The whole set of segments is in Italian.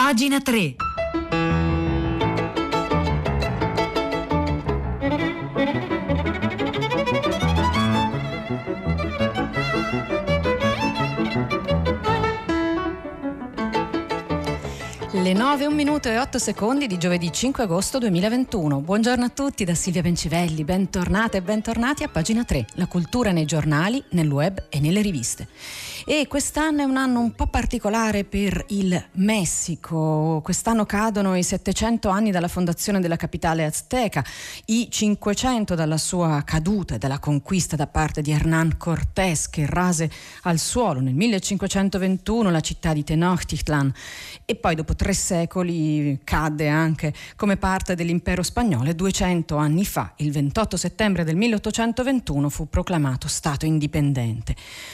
Pagina 3. Le 9, 1 minuto e 8 secondi di giovedì 5 agosto 2021. Buongiorno a tutti da Silvia Bencivelli, bentornate e bentornati a Pagina 3, la cultura nei giornali, nel web e nelle riviste. E quest'anno è un anno un po' particolare per il Messico. Quest'anno cadono i 700 anni dalla fondazione della capitale azteca, i 500 dalla sua caduta e dalla conquista da parte di Hernán Cortés, che rase al suolo nel 1521 la città di Tenochtitlan, e poi dopo 3 secoli cadde anche come parte dell'impero spagnolo e 200 anni fa, il 28 settembre del 1821, fu proclamato Stato indipendente.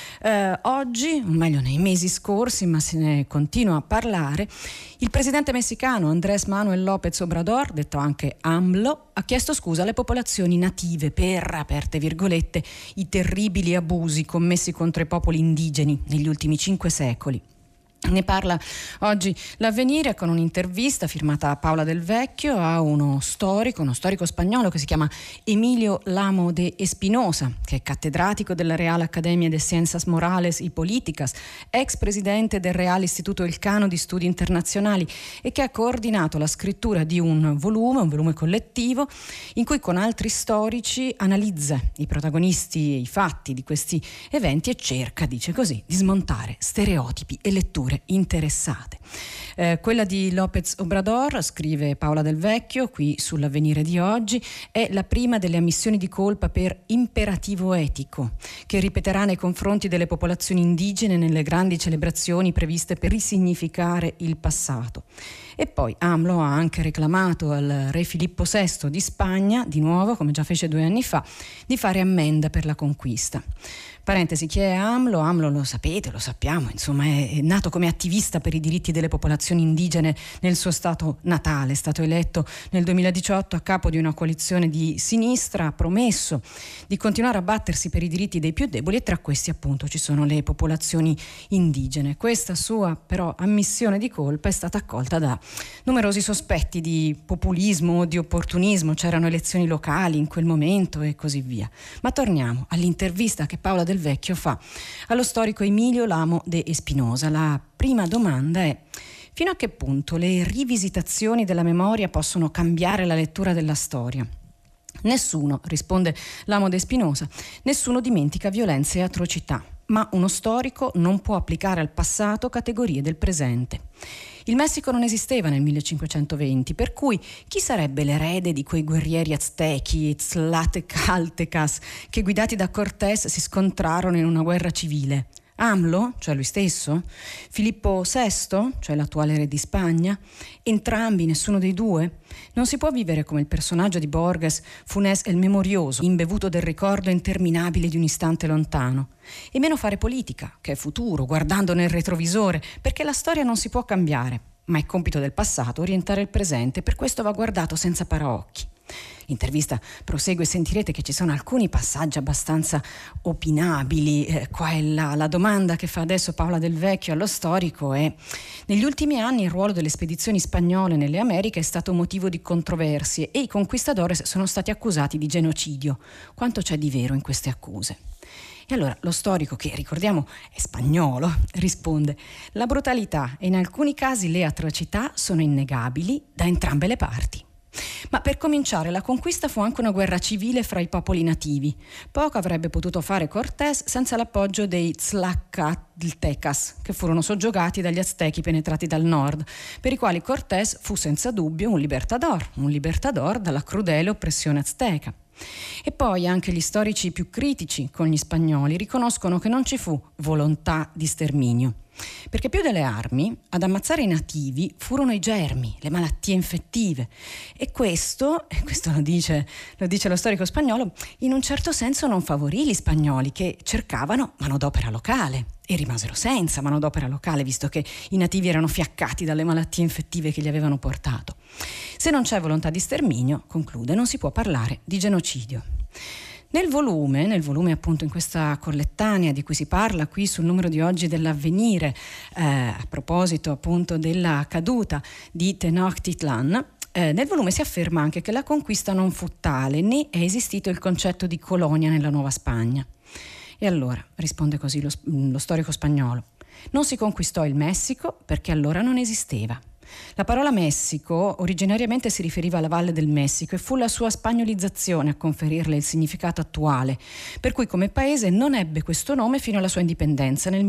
Oggi, o meglio nei mesi scorsi, ma se ne continua a parlare, il presidente messicano Andrés Manuel López Obrador, detto anche AMLO, ha chiesto scusa alle popolazioni native per, aperte virgolette, i terribili abusi commessi contro i popoli indigeni negli ultimi 5 secoli. Ne parla oggi l'Avvenire con un'intervista firmata Paola Del Vecchio a uno storico spagnolo che si chiama Emilio Lamo de Espinosa, che è cattedratico della Real Academia de Ciencias Morales y Políticas, ex presidente del Real Istituto Elcano di Studi Internazionali e che ha coordinato la scrittura di un volume collettivo in cui con altri storici analizza i protagonisti e i fatti di questi eventi e cerca, dice così, di smontare stereotipi e letture interessate. Quella di López Obrador, scrive Paola Del Vecchio qui sull'Avvenire di oggi, è la prima delle ammissioni di colpa per imperativo etico che ripeterà nei confronti delle popolazioni indigene nelle grandi celebrazioni previste per risignificare il passato. E poi AMLO ha anche reclamato al re Filippo VI di Spagna, di nuovo come già fece 2 anni fa, di fare ammenda per la conquista. Parentesi, chi è AMLO? AMLO lo sapete, lo sappiamo, insomma è nato come attivista per i diritti delle popolazioni indigene nel suo stato natale, è stato eletto nel 2018 a capo di una coalizione di sinistra, ha promesso di continuare a battersi per i diritti dei più deboli e tra questi appunto ci sono le popolazioni indigene. Questa sua però ammissione di colpa è stata accolta da numerosi sospetti di populismo o di opportunismo, c'erano elezioni locali in quel momento e così via. Ma torniamo all'intervista che Paola Del Vecchio fa allo storico Emilio Lamo de Espinosa. La prima domanda è: fino a che punto le rivisitazioni della memoria possono cambiare la lettura della storia? Nessuno, risponde Lamo de Espinosa, nessuno dimentica violenze e atrocità, ma uno storico non può applicare al passato categorie del presente. Il Messico non esisteva nel 1520, per cui chi sarebbe l'erede di quei guerrieri aztechi, Tlaxcaltecas, che guidati da Cortés si scontrarono in una guerra civile? AMLO, cioè lui stesso? Filippo VI, cioè l'attuale re di Spagna? Entrambi, nessuno dei due? Non si può vivere come il personaggio di Borges, Funès el Memorioso, imbevuto del ricordo interminabile di un istante lontano. E meno fare politica, che è futuro, guardando nel retrovisore, perché la storia non si può cambiare, ma è compito del passato orientare il presente, per questo va guardato senza paraocchi. L'intervista prosegue e sentirete che ci sono alcuni passaggi abbastanza opinabili qua e là. La domanda che fa adesso Paola Del Vecchio allo storico è: negli ultimi anni il ruolo delle spedizioni spagnole nelle Americhe è stato motivo di controversie e i conquistadores sono stati accusati di genocidio. Quanto c'è di vero in queste accuse? E allora lo storico, che ricordiamo è spagnolo, risponde: la brutalità e in alcuni casi le atrocità sono innegabili da entrambe le parti. Ma per cominciare la conquista fu anche una guerra civile fra i popoli nativi. Poco avrebbe potuto fare Cortés senza l'appoggio dei Tlaxcaltecas, che furono soggiogati dagli aztechi penetrati dal nord, per i quali Cortés fu senza dubbio un libertador dalla crudele oppressione azteca. E poi anche gli storici più critici con gli spagnoli riconoscono che non ci fu volontà di sterminio, perché più delle armi ad ammazzare i nativi furono i germi, le malattie infettive, e questo lo dice lo storico spagnolo, in un certo senso non favorì gli spagnoli, che cercavano manodopera locale e rimasero senza manodopera locale, visto che i nativi erano fiaccati dalle malattie infettive che gli avevano portato. Se non c'è volontà di sterminio, conclude, non si può parlare di genocidio. Nel volume appunto in questa collettanea di cui si parla qui sul numero di oggi dell'Avvenire, a proposito appunto della caduta di Tenochtitlan, nel volume si afferma anche che la conquista non fu tale, né è esistito il concetto di colonia nella Nuova Spagna. E allora, risponde così lo storico spagnolo, non si conquistò il Messico perché allora non esisteva. La parola Messico originariamente si riferiva alla Valle del Messico e fu la sua spagnolizzazione a conferirle il significato attuale, per cui come paese non ebbe questo nome fino alla sua indipendenza nel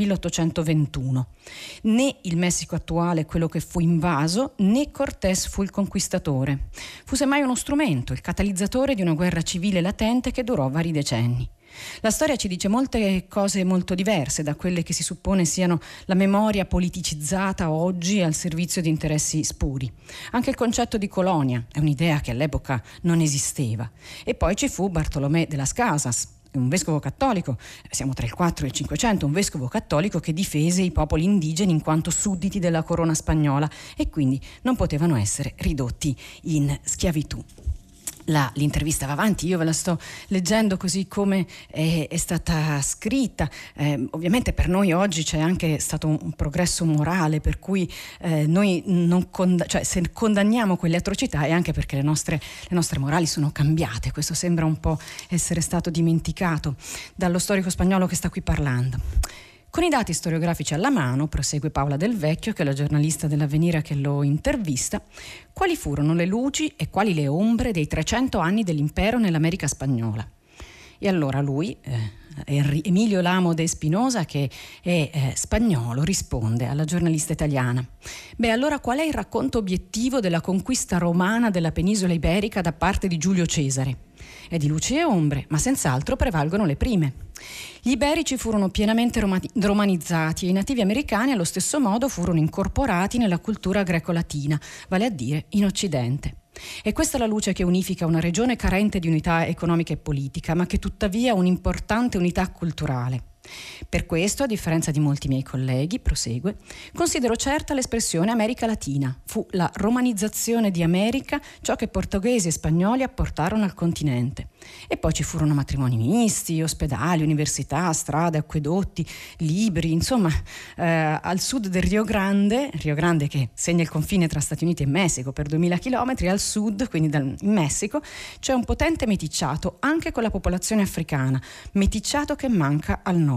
1821. Né il Messico attuale, quello che fu invaso, né Cortés fu il conquistatore. Fu semmai uno strumento, il catalizzatore di una guerra civile latente che durò vari decenni. La storia ci dice molte cose molto diverse da quelle che si suppone siano la memoria politicizzata oggi al servizio di interessi spuri. Anche il concetto di colonia è un'idea che all'epoca non esisteva. E poi ci fu Bartolomé de las Casas, un vescovo cattolico, siamo tra il 4 e il 500, un vescovo cattolico che difese i popoli indigeni in quanto sudditi della corona spagnola e quindi non potevano essere ridotti in schiavitù. L'intervista va avanti, io ve la sto leggendo così come è stata scritta. Ovviamente per noi oggi c'è anche stato un progresso morale, per cui noi non se condanniamo quelle atrocità è anche perché le nostre morali sono cambiate. Questo sembra un po' essere stato dimenticato dallo storico spagnolo che sta qui parlando. Con i dati storiografici alla mano, prosegue Paola Del Vecchio, che è la giornalista dell'Avvenire che lo intervista, quali furono le luci e quali le ombre dei 300 anni dell'impero nell'America spagnola? E allora lui, Emilio Lamo de Espinosa, che è spagnolo, risponde alla giornalista italiana. Allora qual è il racconto obiettivo della conquista romana della penisola iberica da parte di Giulio Cesare? È di luci e ombre, ma senz'altro prevalgono le prime. Gli iberici furono pienamente romanizzati e i nativi americani allo stesso modo furono incorporati nella cultura greco-latina, vale a dire in Occidente. È questa la luce che unifica una regione carente di unità economica e politica, ma che tuttavia ha un'importante unità culturale. Per questo, a differenza di molti miei colleghi, prosegue, considero certa l'espressione America Latina. Fu la romanizzazione di America ciò che portoghesi e spagnoli apportarono al continente. E poi ci furono matrimoni misti, ospedali, università, strade, acquedotti, libri, insomma, al sud del Rio Grande che segna il confine tra Stati Uniti e Messico per 2000 chilometri, al sud, quindi in Messico, c'è un potente meticciato anche con la popolazione africana, meticciato che manca al nord.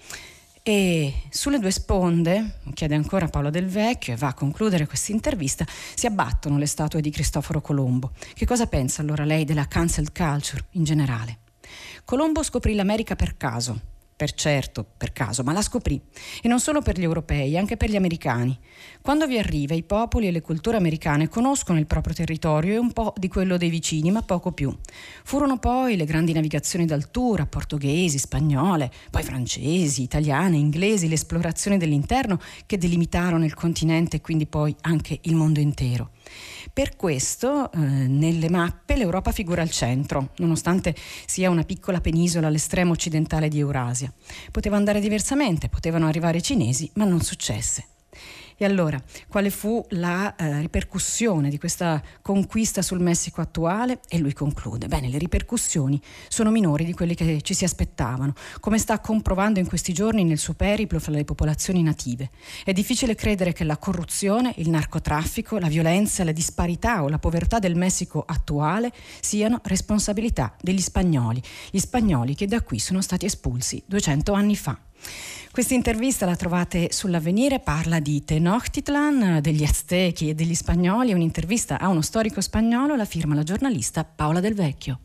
E sulle due sponde, chiede ancora Paolo Del Vecchio e va a concludere questa intervista, si abbattono le statue di Cristoforo Colombo. Che cosa pensa allora lei della cancel culture in generale? Colombo scoprì l'America per caso, per caso, ma la scoprì, e non solo per gli europei, anche per gli americani. Quando vi arriva, i popoli e le culture americane conoscono il proprio territorio e un po' di quello dei vicini, ma poco più. Furono poi le grandi navigazioni d'altura, portoghesi, spagnole, poi francesi, italiane, inglesi, le esplorazioni dell'interno che delimitarono il continente e quindi poi anche il mondo intero. Per questo nelle mappe l'Europa figura al centro, nonostante sia una piccola penisola all'estremo occidentale di Eurasia. Poteva andare diversamente, potevano arrivare i cinesi, ma non successe. E allora, quale fu la ripercussione di questa conquista sul Messico attuale? E lui conclude, le ripercussioni sono minori di quelle che ci si aspettavano, come sta comprovando in questi giorni nel suo periplo fra le popolazioni native. È difficile credere che la corruzione, il narcotraffico, la violenza, la disparità o la povertà del Messico attuale siano responsabilità degli spagnoli, gli spagnoli che da qui sono stati espulsi 200 anni fa. Questa intervista la trovate sull'Avvenire, parla di Tenochtitlan, degli Aztechi e degli spagnoli, è un'intervista a uno storico spagnolo, la firma la giornalista Paola Del Vecchio.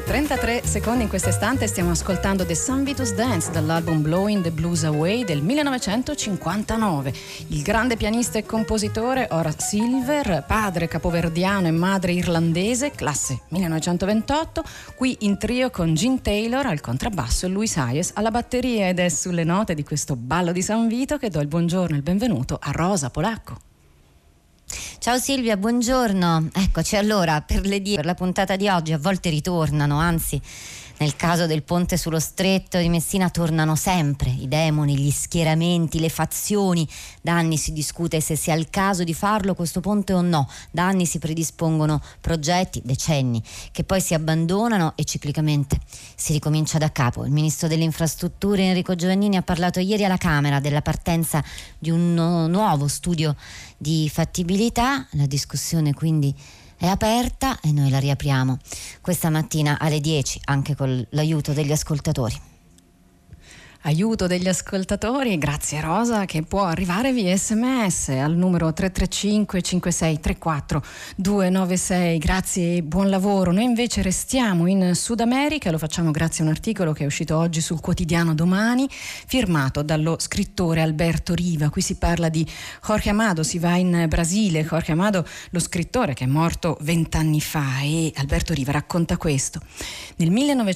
11:33 in questo istante stiamo ascoltando The Sun Vitus Dance dall'album Blowing the Blues Away del 1959. Il grande pianista e compositore Horace Silver, padre capoverdiano e madre irlandese, classe 1928, qui in trio con Gene Taylor al contrabbasso e Louis Hayes alla batteria, ed è sulle note di questo ballo di San Vito che do il buongiorno e il benvenuto a Rosa Polacco. Ciao Silvia, buongiorno. Eccoci allora per la puntata di oggi. A volte ritornano, anzi nel caso del ponte sullo stretto di Messina tornano sempre i demoni, gli schieramenti, le fazioni. Da anni si discute se sia il caso di farlo questo ponte o no. Da anni si predispongono progetti, decenni, che poi si abbandonano e ciclicamente si ricomincia da capo. Il ministro delle infrastrutture Enrico Giovannini ha parlato ieri alla Camera della partenza di un nuovo studio di fattibilità. La discussione quindi è aperta e noi la riapriamo questa mattina alle 10 anche con l'aiuto degli ascoltatori. Aiuto degli ascoltatori, grazie Rosa, che può arrivare via SMS al numero 335 5634 296. Grazie e buon lavoro. Noi invece restiamo in Sud America, lo facciamo grazie a un articolo che è uscito oggi sul quotidiano Domani, firmato dallo scrittore Alberto Riva. Qui si parla di Jorge Amado, si va in Brasile. Jorge Amado, lo scrittore che è morto 20 anni fa, e Alberto Riva racconta questo. Nel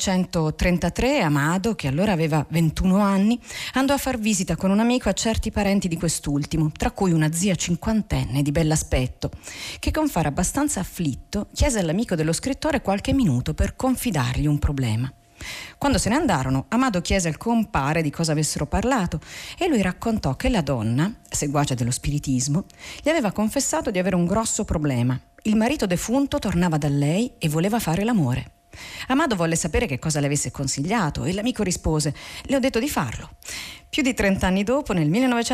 1933 Amado, che allora aveva 21 anni, andò a far visita con un amico a certi parenti di quest'ultimo, tra cui una zia cinquantenne di bell'aspetto, che con fare abbastanza afflitto chiese all'amico dello scrittore qualche minuto per confidargli un problema. Quando se ne andarono, Amado chiese al compare di cosa avessero parlato e lui raccontò che la donna, seguace dello spiritismo, gli aveva confessato di avere un grosso problema. Il marito defunto tornava da lei e voleva fare l'amore. Amado volle sapere che cosa le avesse consigliato e l'amico rispose: le ho detto di farlo. Più di 30 anni dopo, nel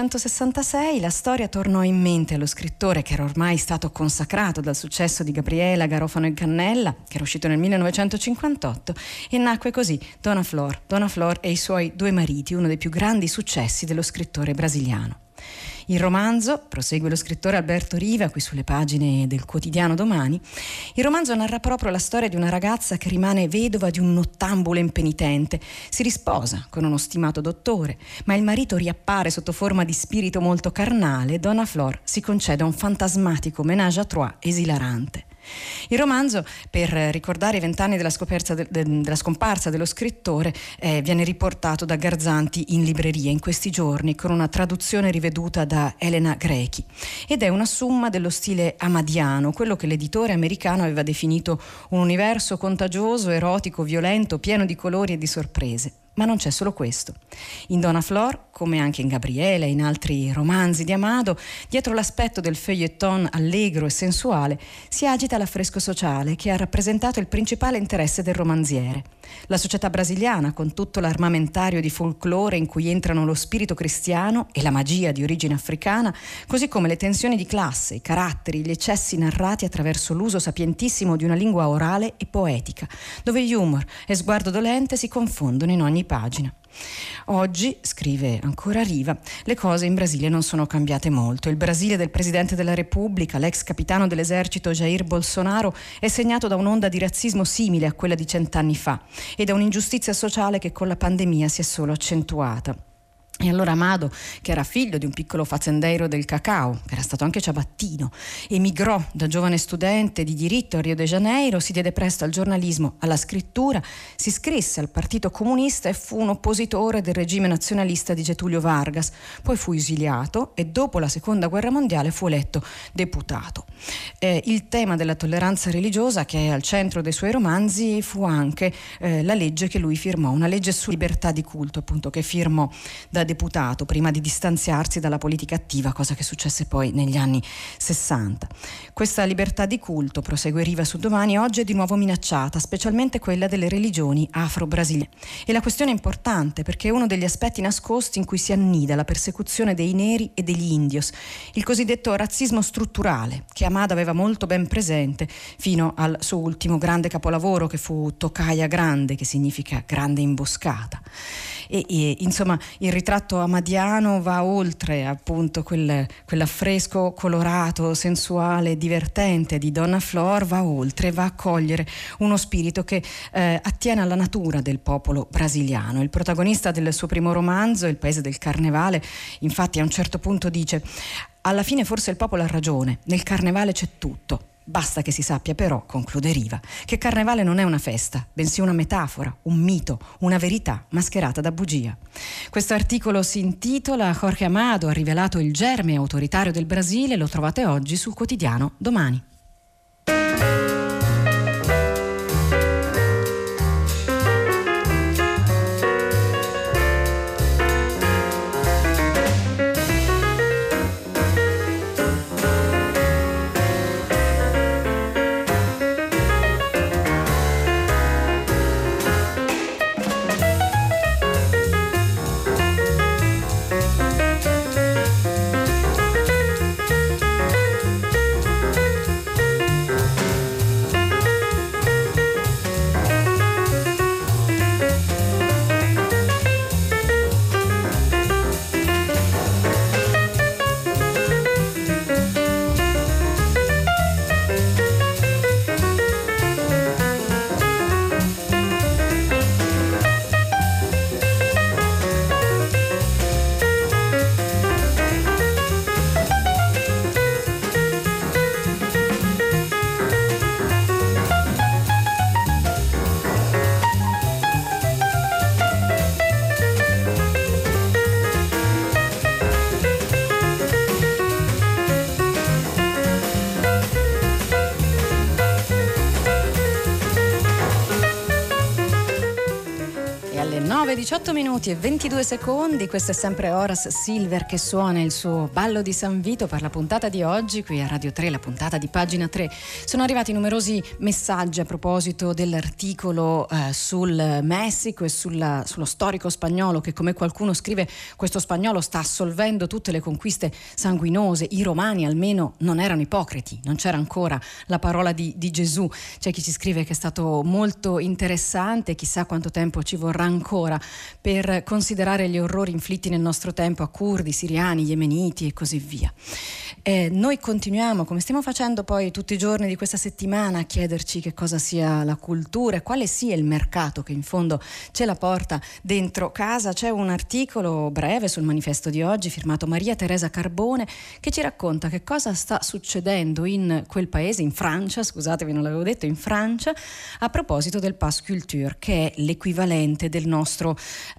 1966, la storia tornò in mente allo scrittore, che era ormai stato consacrato dal successo di Gabriela, Garofano e Cannella, che era uscito nel 1958, e nacque così Donna Flor e i suoi due mariti, uno dei più grandi successi dello scrittore brasiliano. Il romanzo, prosegue lo scrittore Alberto Riva qui sulle pagine del quotidiano Domani, il romanzo narra proprio la storia di una ragazza che rimane vedova di un nottambulo impenitente, si risposa con uno stimato dottore, ma il marito riappare sotto forma di spirito molto carnale e Donna Flor si concede un fantasmatico ménage à trois esilarante. Il romanzo, per ricordare i 20 anni della scomparsa dello scrittore, viene riportato da Garzanti in libreria in questi giorni con una traduzione riveduta da Elena Grechi, ed è una summa dello stile amadiano, quello che l'editore americano aveva definito un universo contagioso, erotico, violento, pieno di colori e di sorprese. Ma non c'è solo questo. In Donna Flor, come anche in Gabriele e in altri romanzi di Amado, dietro l'aspetto del feuilleton allegro e sensuale si agita l'affresco sociale che ha rappresentato il principale interesse del romanziere. La società brasiliana, con tutto l'armamentario di folklore in cui entrano lo spirito cristiano e la magia di origine africana, così come le tensioni di classe, i caratteri, gli eccessi narrati attraverso l'uso sapientissimo di una lingua orale e poetica, dove humor e sguardo dolente si confondono in ogni pagina. Oggi, scrive ancora Riva, le cose in Brasile non sono cambiate molto. Il Brasile del Presidente della Repubblica, l'ex capitano dell'esercito Jair Bolsonaro, è segnato da un'onda di razzismo simile a quella di 100 anni fa e da un'ingiustizia sociale che con la pandemia si è solo accentuata. E allora Amado, che era figlio di un piccolo fazzendeiro del cacao, che era stato anche ciabattino, emigrò da giovane studente di diritto a Rio de Janeiro, si diede presto al giornalismo, alla scrittura, si iscrisse al Partito Comunista e fu un oppositore del regime nazionalista di Getúlio Vargas. Poi fu esiliato e dopo la Seconda Guerra Mondiale fu eletto deputato. Il tema della tolleranza religiosa, che è al centro dei suoi romanzi, fu anche la legge che lui firmò, una legge su libertà di culto, appunto, che firmò da deputato prima di distanziarsi dalla politica attiva, cosa che successe poi negli anni 60. Questa libertà di culto, prosegue Riva su Domani, oggi è di nuovo minacciata, specialmente quella delle religioni afro-brasiliane. E la questione è importante perché è uno degli aspetti nascosti in cui si annida la persecuzione dei neri e degli indios, il cosiddetto razzismo strutturale, che Amado aveva molto ben presente fino al suo ultimo grande capolavoro, che fu Tocaia Grande, che significa grande imboscata. E insomma il ritratto tratto amadiano va oltre appunto quell'affresco colorato, sensuale, divertente di Donna Flor, va oltre, va a cogliere uno spirito che attiene alla natura del popolo brasiliano. Il protagonista del suo primo romanzo, Il paese del carnevale, infatti a un certo punto dice: alla fine forse il popolo ha ragione, nel carnevale c'è tutto. Basta che si sappia però, conclude Riva, che carnevale non è una festa, bensì una metafora, un mito, una verità mascherata da bugia. Questo articolo si intitola Jorge Amado ha rivelato il germe autoritario del Brasile, lo trovate oggi sul quotidiano Domani. Alle 9:18 minuti e 22 secondi, questo è sempre Horace Silver che suona il suo Ballo di San Vito per la puntata di oggi qui a Radio 3, la puntata di Pagina 3. Sono arrivati numerosi messaggi a proposito dell'articolo sul Messico e sullo storico spagnolo che, come qualcuno scrive, questo spagnolo sta assolvendo tutte le conquiste sanguinose. I romani almeno non erano ipocriti, non c'era ancora la parola di Gesù. C'è chi ci scrive che è stato molto interessante, chissà quanto tempo ci vorrà ancora per considerare gli orrori inflitti nel nostro tempo a curdi, siriani, yemeniti e così via. Noi continuiamo, come stiamo facendo poi tutti i giorni di questa settimana, a chiederci che cosa sia la cultura e quale sia il mercato che in fondo ce la porta dentro casa. C'è un articolo breve sul manifesto di oggi firmato Maria Teresa Carbone che ci racconta che cosa sta succedendo in quel paese, in Francia, scusatemi non l'avevo detto, in Francia, a proposito del Pass Culture, che è l'equivalente del nostro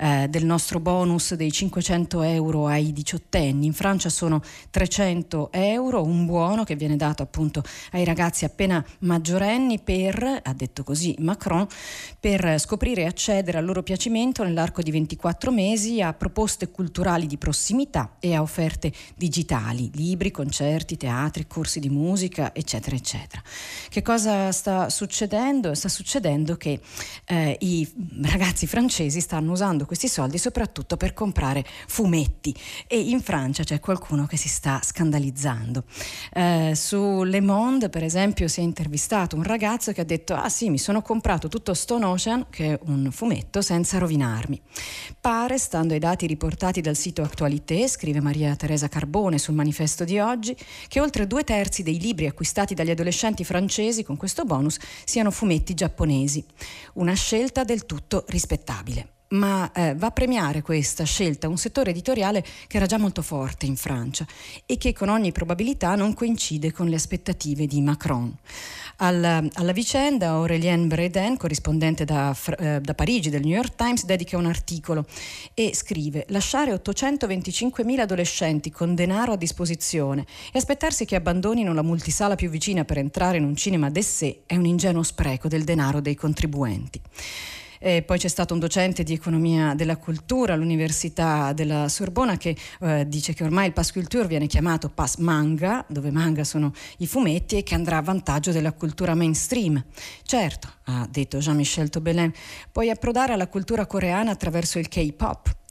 bonus dei 500 euro ai diciottenni. In Francia sono 300 euro, un buono che viene dato appunto ai ragazzi appena maggiorenni per, ha detto così Macron, per scoprire e accedere al loro piacimento nell'arco di 24 mesi a proposte culturali di prossimità e a offerte digitali, libri, concerti, teatri, corsi di musica, eccetera, eccetera. Che cosa sta succedendo? Sta succedendo che i ragazzi francesi stanno usando questi soldi soprattutto per comprare fumetti e in Francia c'è qualcuno che si sta scandalizzando. Su Le Monde, per esempio, si è intervistato un ragazzo che ha detto: ah sì, mi sono comprato tutto Stone Ocean, che è un fumetto, senza rovinarmi. Pare, stando ai dati riportati dal sito Actualité, scrive Maria Teresa Carbone sul manifesto di oggi, che oltre 2/3 dei libri acquistati dagli adolescenti francesi con questo bonus siano fumetti giapponesi. Una scelta del tutto rispettabile. Ma va a premiare questa scelta un settore editoriale che era già molto forte in Francia e che con ogni probabilità non coincide con le aspettative di Macron. Alla vicenda Aurélien Bredin, corrispondente da Parigi del New York Times, dedica un articolo e scrive: lasciare 825.000 adolescenti con denaro a disposizione e aspettarsi che abbandonino la multisala più vicina per entrare in un cinema d'essè è un ingenuo spreco del denaro dei contribuenti. E poi c'è stato un docente di economia della cultura all'Università della Sorbona che dice che ormai il Pass Culture viene chiamato Pass Manga, dove manga sono i fumetti, e che andrà a vantaggio della cultura mainstream. Certo, ha detto Jean-Michel Tobelin, puoi approdare alla cultura coreana attraverso il K-pop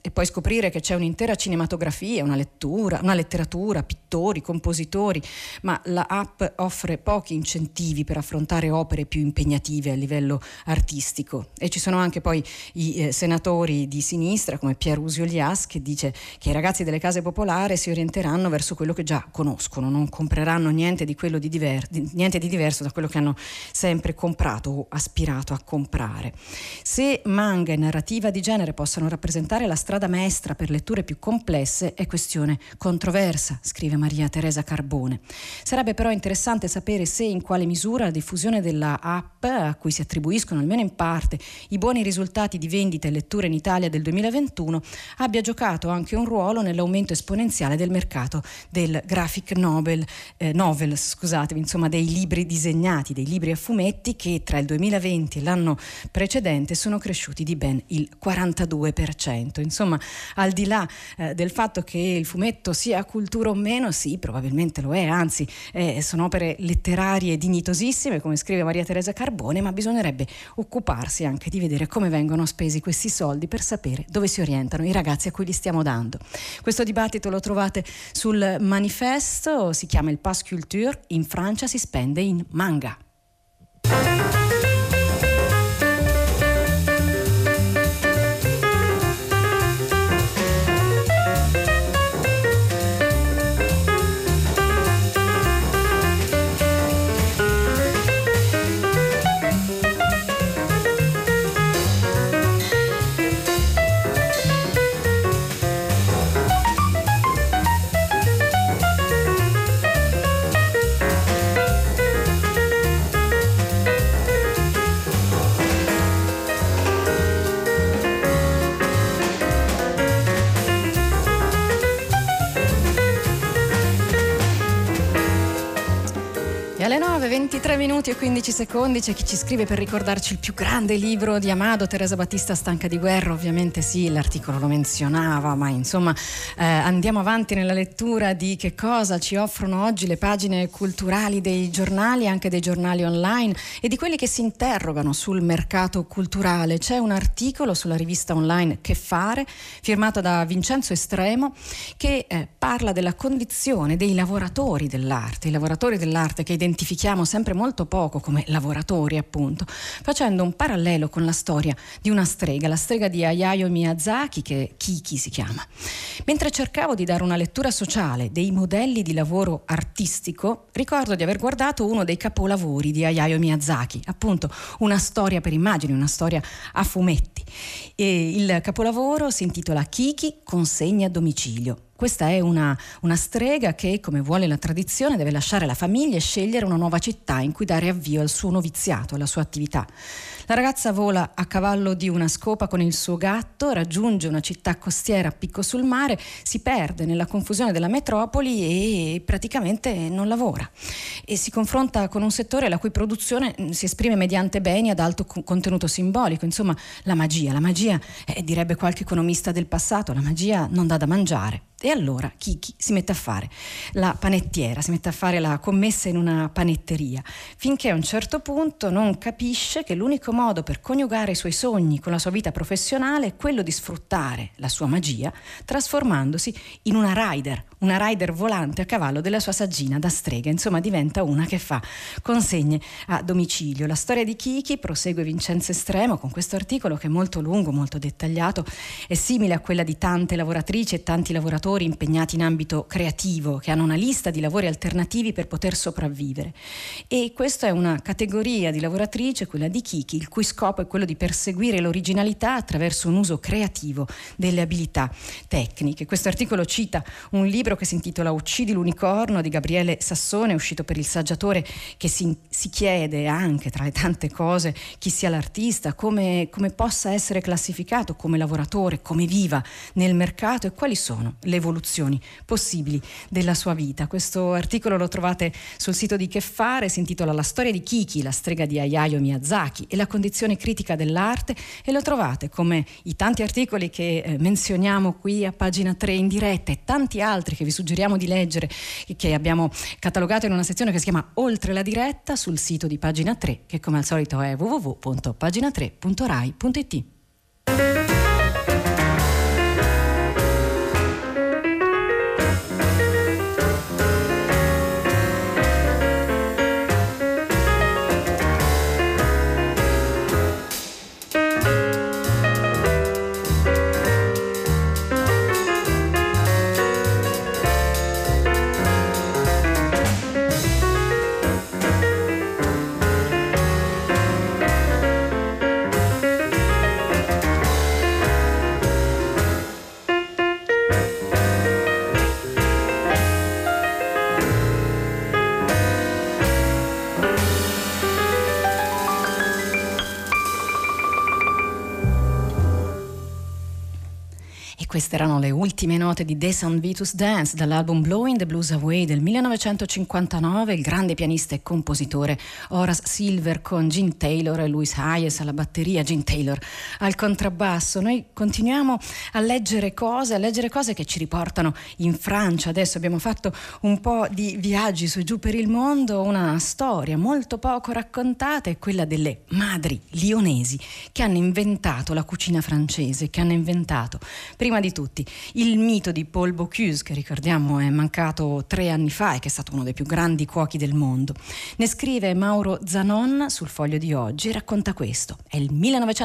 e poi scoprire che c'è un'intera cinematografia, una letteratura, pittori, compositori, ma la app offre pochi incentivi per affrontare opere più impegnative a livello artistico. E ci sono anche poi i senatori di sinistra come Pier Usio Lias, che dice che i ragazzi delle case popolari si orienteranno verso quello che già conoscono, non compreranno niente di diverso da quello che hanno sempre comprato o aspirato a comprare. Se manga e narrativa di genere possano rappresentare la strada maestra per letture più complesse è questione controversa, scrive Maria Teresa Carbone. Sarebbe però interessante sapere se e in quale misura la diffusione della app, a cui si attribuiscono almeno in parte i buoni risultati di vendita e letture in Italia del 2021, abbia giocato anche un ruolo nell'aumento esponenziale del mercato del graphic novel, insomma dei libri disegnati, dei libri a fumetti, che tra il 2020 e l'anno precedente sono cresciuti di ben il 42%. Insomma, al di là del fatto che il fumetto sia cultura o meno, sì, probabilmente lo è, anzi sono opere letterarie dignitosissime, come scrive Maria Teresa Carbone, ma bisognerebbe occuparsi anche di vedere come vengono spesi questi soldi per sapere dove si orientano i ragazzi a cui li stiamo dando. Questo dibattito lo trovate sul manifesto, si chiama il Pass Culture, in Francia si spende in manga. Alle 9:23 minuti e 15 secondi c'è chi ci scrive per ricordarci il più grande libro di Amado, Teresa Battista Stanca di guerra. Ovviamente sì, l'articolo lo menzionava, ma insomma andiamo avanti nella lettura di che cosa ci offrono oggi le pagine culturali dei giornali, anche dei giornali online, e di quelli che si interrogano sul mercato culturale. C'è un articolo sulla rivista online Che Fare, firmato da Vincenzo Estremo, che parla della condizione dei lavoratori dell'arte, i lavoratori dell'arte che identifichiamo sempre molto poco come lavoratori, appunto, facendo un parallelo con la storia di una strega, la strega di Hayao Miyazaki, che Kiki si chiama. Mentre cercavo di dare una lettura sociale dei modelli di lavoro artistico, ricordo di aver guardato uno dei capolavori di Hayao Miyazaki, appunto una storia per immagini, una storia a fumetti. E il capolavoro si intitola Kiki, consegna a domicilio. Questa è una strega che, come vuole la tradizione, deve lasciare la famiglia e scegliere una nuova città in cui dare avvio al suo noviziato, alla sua attività. La ragazza vola a cavallo di una scopa con il suo gatto, raggiunge una città costiera a picco sul mare, si perde nella confusione della metropoli e praticamente non lavora. E si confronta con un settore la cui produzione si esprime mediante beni ad alto contenuto simbolico. Insomma, la magia, direbbe qualche economista del passato, la magia non dà da mangiare. E allora Kiki si mette a fare la panettiera, si mette a fare la commessa in una panetteria, finché a un certo punto non capisce che l'unico modo per coniugare i suoi sogni con la sua vita professionale è quello di sfruttare la sua magia trasformandosi in una rider volante a cavallo della sua saggina da strega. Insomma, diventa una che fa consegne a domicilio. La storia di Kiki, prosegue Vincenzo Estremo con questo articolo che è molto lungo, molto dettagliato, è simile a quella di tante lavoratrici e tanti lavoratori impegnati in ambito creativo che hanno una lista di lavori alternativi per poter sopravvivere. E questa è una categoria di lavoratrice, quella di Kiki, il cui scopo è quello di perseguire l'originalità attraverso un uso creativo delle abilità tecniche. Questo articolo cita un libro che si intitola Uccidi l'unicorno di Gabriele Sassone, uscito per Il Saggiatore, che si chiede anche, tra le tante cose, chi sia l'artista, come possa essere classificato come lavoratore, come viva nel mercato e quali sono le evoluzioni possibili della sua vita. Questo articolo lo trovate sul sito di Che Fare, si intitola La storia di Kiki, la strega di Hayao Miyazaki e la condizione critica dell'arte, e lo trovate, come i tanti articoli che menzioniamo qui a pagina 3 in diretta e tanti altri che vi suggeriamo di leggere, che abbiamo catalogato in una sezione che si chiama Oltre la diretta, sul sito di pagina 3, che come al solito è www.pagina3.rai.it. Queste erano le ultime note di Descent Vitus Dance dall'album Blowing the Blues Away del 1959, il grande pianista e compositore Horace Silver con Gene Taylor e Louis Hayes alla batteria, Gene Taylor al contrabbasso. Noi continuiamo a leggere cose che ci riportano in Francia. Adesso abbiamo fatto un po' di viaggi su e giù per il mondo. Una storia molto poco raccontata è quella delle madri lionesi che hanno inventato la cucina francese, che hanno inventato prima di tutti il mito di Paul Bocuse, che ricordiamo è mancato 3 anni fa e che è stato uno dei più grandi cuochi del mondo. Ne scrive Mauro Zanon sul Foglio di oggi e racconta questo. È il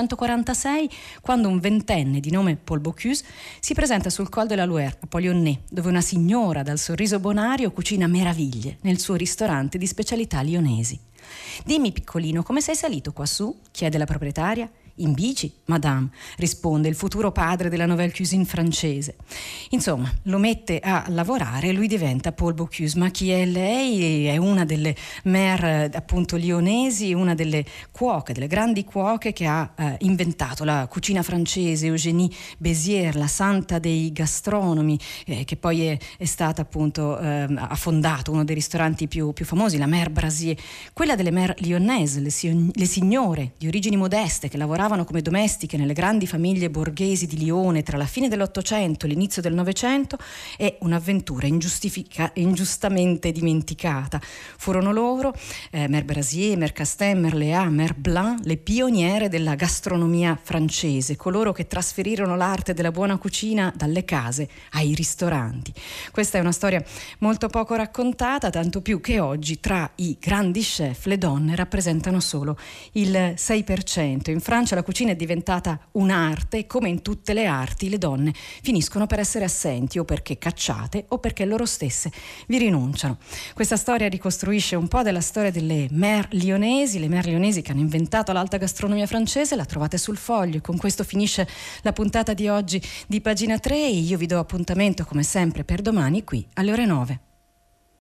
1946 quando un ventenne di nome Paul Bocuse si presenta sul Col de la Loire a Polyonnais, dove una signora dal sorriso bonario cucina meraviglie nel suo ristorante di specialità lionesi. «Dimmi, piccolino, come sei salito quassù?» chiede la proprietaria. «In bici, madame», risponde il futuro padre della nouvelle cuisine francese. Insomma, lo mette a lavorare e lui diventa Paul Bocuse. Ma chi è lei? È una delle mère appunto lionesi, una delle cuoche, delle grandi cuoche che ha inventato la cucina francese, Eugénie Béziers, la santa dei gastronomi, che poi è stata appunto ha fondato uno dei ristoranti più famosi, la Mère Brasier. Quella delle mère lyonnaises, le signore di origini modeste che lavoravano come domestiche nelle grandi famiglie borghesi di Lione tra la fine dell'Ottocento e l'inizio del Novecento, è un'avventura ingiustamente dimenticata. Furono loro, Mère Brasier, Mère Castin, Mère Léa, Mère Blanc, le pioniere della gastronomia francese, coloro che trasferirono l'arte della buona cucina dalle case ai ristoranti. Questa è una storia molto poco raccontata, tanto più che oggi tra i grandi chef le donne rappresentano solo il 6%. In Francia la cucina è diventata un'arte e, come in tutte le arti, le donne finiscono per essere assenti o perché cacciate o perché loro stesse vi rinunciano. Questa storia ricostruisce un po' della storia delle mère lionesi, le mère lionesi che hanno inventato l'alta gastronomia francese. La trovate sul Foglio. Con questo finisce la puntata di oggi di Pagina 3 e io vi do appuntamento come sempre per domani qui alle ore 9.